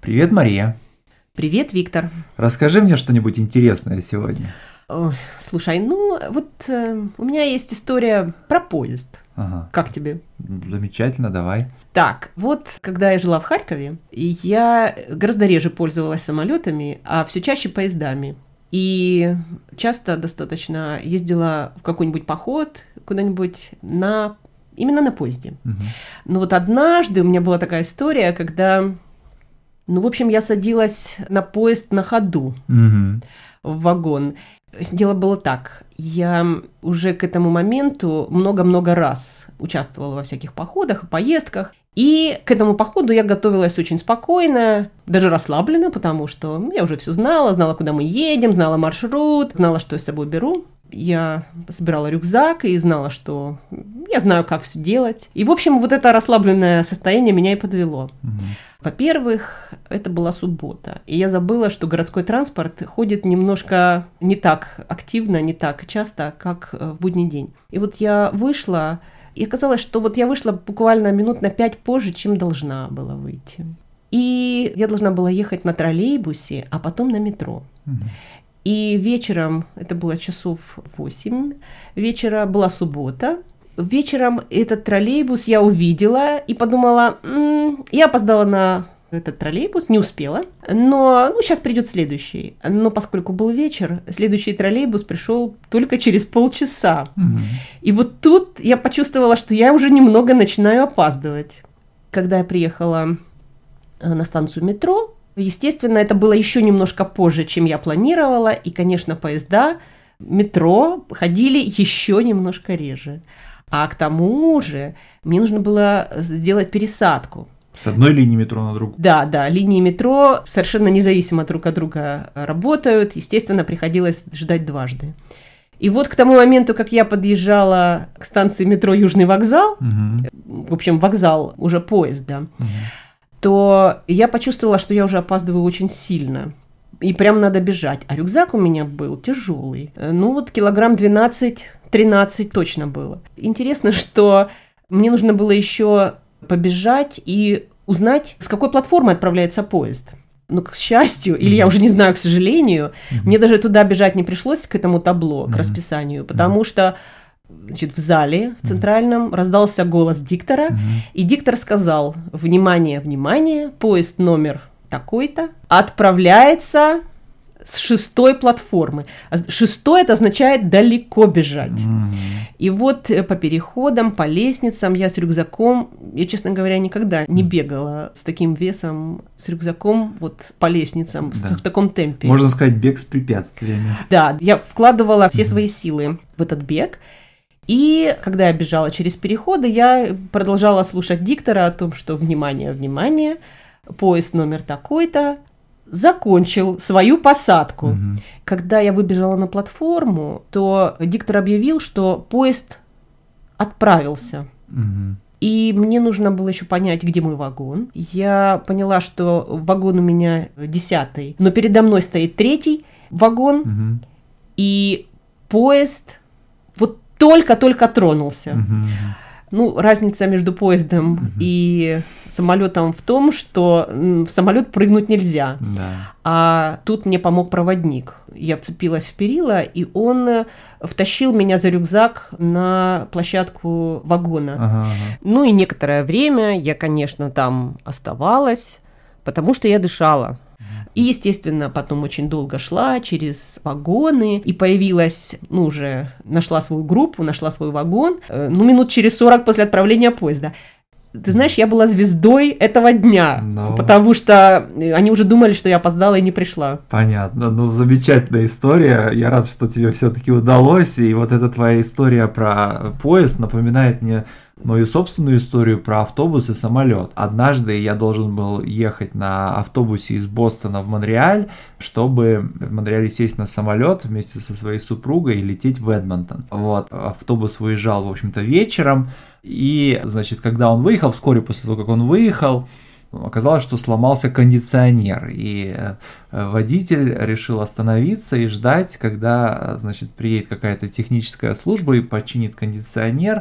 Привет, Мария. Привет, Виктор. Расскажи мне что-нибудь интересное сегодня. Ой, слушай, у меня есть история про поезд. Ага. Как тебе? Замечательно, давай. Так, вот, когда я жила в Харькове, я гораздо реже пользовалась самолетами, а все чаще поездами. И часто достаточно ездила в какой-нибудь поход куда-нибудь именно на поезде. Угу. Но вот однажды у меня была такая история, когда, я садилась на поезд на ходу в вагон. Дело было так, я уже к этому моменту много-много раз участвовала во всяких походах и поездках, и к этому походу я готовилась очень спокойно, даже расслабленно, потому что я уже все знала, куда мы едем, знала маршрут, знала, что я с собой беру. Я собирала рюкзак и знала, что я знаю, как все делать. И, в общем, вот это расслабленное состояние меня и подвело. Во-первых, это была суббота, и я забыла, что городской транспорт ходит немножко не так активно, не так часто, как в будний день. И вот я вышла, и оказалось, что вот я вышла буквально минут на 5 позже, чем должна была выйти. И я должна была ехать на троллейбусе, а потом на метро. И вечером, это было часов 8 вечера, была суббота. Вечером этот троллейбус я увидела и подумала, я опоздала на этот троллейбус, не успела, но сейчас придет следующий. Но поскольку был вечер, следующий троллейбус пришел только через полчаса. И вот тут я почувствовала, что я уже немного начинаю опаздывать. Когда я приехала на станцию метро, естественно, это было еще немножко позже, чем я планировала, и, конечно, поезда метро ходили еще немножко реже. А к тому же мне нужно было сделать пересадку. С одной линии метро на другую? Да, линии метро совершенно независимо друг от друга работают, естественно, приходилось ждать дважды. И вот к тому моменту, как я подъезжала к станции метро Южный вокзал, в общем, вокзал уже поезда, то я почувствовала, что я уже опаздываю очень сильно. И прям надо бежать. А рюкзак у меня был тяжелый. Килограмм 12-13 точно было. Интересно, что мне нужно было еще побежать и узнать, с какой платформы отправляется поезд. Но, к счастью, или я уже не знаю, к сожалению, мне даже туда бежать не пришлось, к этому табло, к расписанию, потому что в зале, в центральном, раздался голос диктора, и диктор сказал: «Внимание, внимание, поезд номер такой-то отправляется с 6-й платформы». 6-й это означает далеко бежать. И вот по переходам, по лестницам я с рюкзаком, я, честно говоря, никогда не бегала с таким весом, с рюкзаком вот по лестницам, в таком темпе. Можно сказать, бег с препятствиями. Да, я вкладывала все свои силы в этот бег. И когда я бежала через переходы, я продолжала слушать диктора о том, что внимание, внимание, поезд номер такой-то закончил свою посадку. Когда я выбежала на платформу, то диктор объявил, что поезд отправился. И мне нужно было еще понять, где мой вагон. Я поняла, что вагон у меня 10-й, но передо мной стоит 3-й вагон, и поезд вот только-только тронулся. Разница между поездом и самолетом в том, что в самолет прыгнуть нельзя. А тут мне помог проводник. Я вцепилась в перила, и он втащил меня за рюкзак на площадку вагона. И некоторое время я, конечно, там оставалась, потому что я дышала. И, естественно, потом очень долго шла через вагоны и появилась, уже нашла свою группу, нашла свой вагон, минут через 40 после отправления поезда. Ты знаешь, я была звездой этого дня, потому что они уже думали, что я опоздала и не пришла. Понятно, замечательная история. Я рад, что тебе все-таки удалось. И вот эта твоя история про поезд напоминает мне мою собственную историю про автобус и самолет. Однажды я должен был ехать на автобусе из Бостона в Монреаль, чтобы в Монреале сесть на самолет вместе со своей супругой и лететь в Эдмонтон. Автобус выезжал, в общем-то, вечером. И, когда он выехал, вскоре после того, как он выехал, оказалось, что сломался кондиционер, и водитель решил остановиться и ждать, когда, приедет какая-то техническая служба и починит кондиционер.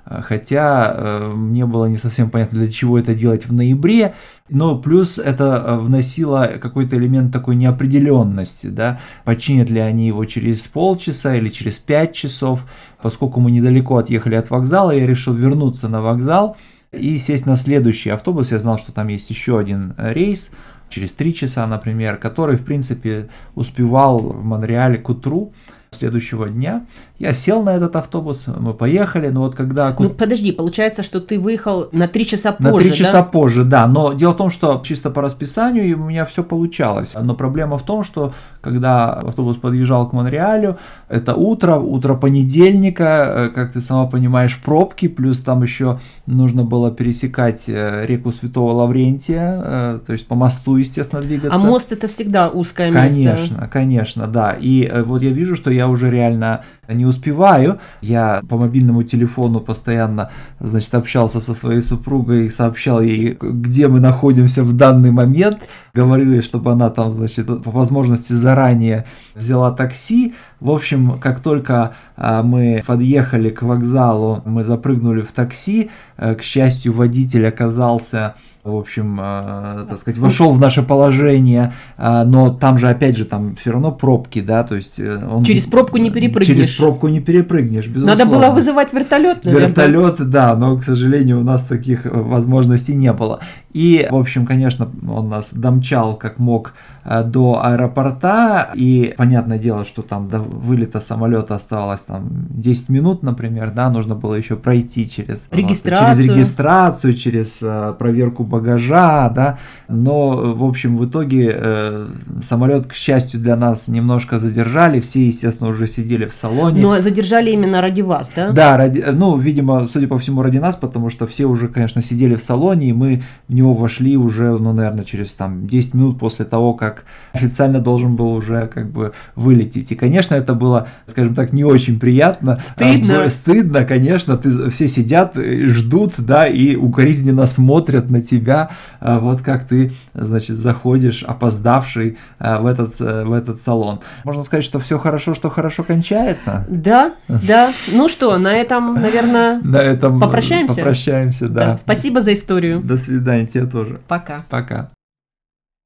хотя мне было не совсем понятно, для чего это делать в ноябре, но плюс это вносило какой-то элемент такой неопределенности, да, починят ли они его через полчаса или через 5 часов, поскольку мы недалеко отъехали от вокзала, я решил вернуться на вокзал и сесть на следующий автобус. Я знал, что там есть еще один рейс через 3 часа, например, который, в принципе, успевал в Монреале к утру следующего дня. Я сел на этот автобус, мы поехали, но вот когда... Ну, подожди, получается, что ты выехал на 3 часа позже, На 3 часа позже, да, но дело в том, что чисто по расписанию у меня все получалось, но проблема в том, что когда автобус подъезжал к Монреалю, это утро понедельника, как ты сама понимаешь, пробки, плюс там еще нужно было пересекать реку Святого Лаврентия, то есть по мосту, естественно, двигаться. А мост это всегда узкое место. Конечно, да, и вот я вижу, что я уже реально не успеваю. Я по мобильному телефону постоянно, значит, общался со своей супругой, сообщал ей, где мы находимся в данный момент, говорил ей, чтобы она там, значит, по возможности заранее взяла такси. В общем, как только мы подъехали к вокзалу, мы запрыгнули в такси. К счастью, водитель оказался, в общем, так сказать, вошел в наше положение, но там же, опять же, там все равно пробки, да, то есть... Через пробку не перепрыгнешь. Через пробку не перепрыгнешь, безусловно. Надо было вызывать вертолет, наверное. Вертолет, да, но, к сожалению, у нас таких возможностей не было. И, в общем, конечно, он нас домчал как мог до аэропорта, и понятное дело, что там до вылета самолета оставалось там 10 минут, например, да, нужно было еще пройти через регистрацию, через проверку багажа, да, но, в общем, в итоге самолет, к счастью для нас, немножко задержали, все, естественно, уже сидели в салоне. Но задержали именно ради вас, да? Да, видимо, судя по всему, ради нас, потому что все уже, конечно, сидели в салоне, и мы в него вошли уже, наверное, через там 10 минут после того, как официально должен был уже как бы вылететь. И, конечно, это было, скажем так, не очень приятно. Стыдно, конечно, все сидят, ждут, да, и укоризненно смотрят на тебя, вот как ты, значит, заходишь опоздавший в этот салон. Можно сказать, что все хорошо, что хорошо кончается. Да. Ну что, на этом, наверное, попрощаемся? Попрощаемся, да. Спасибо за историю. До свидания, тебе тоже. Пока. Пока.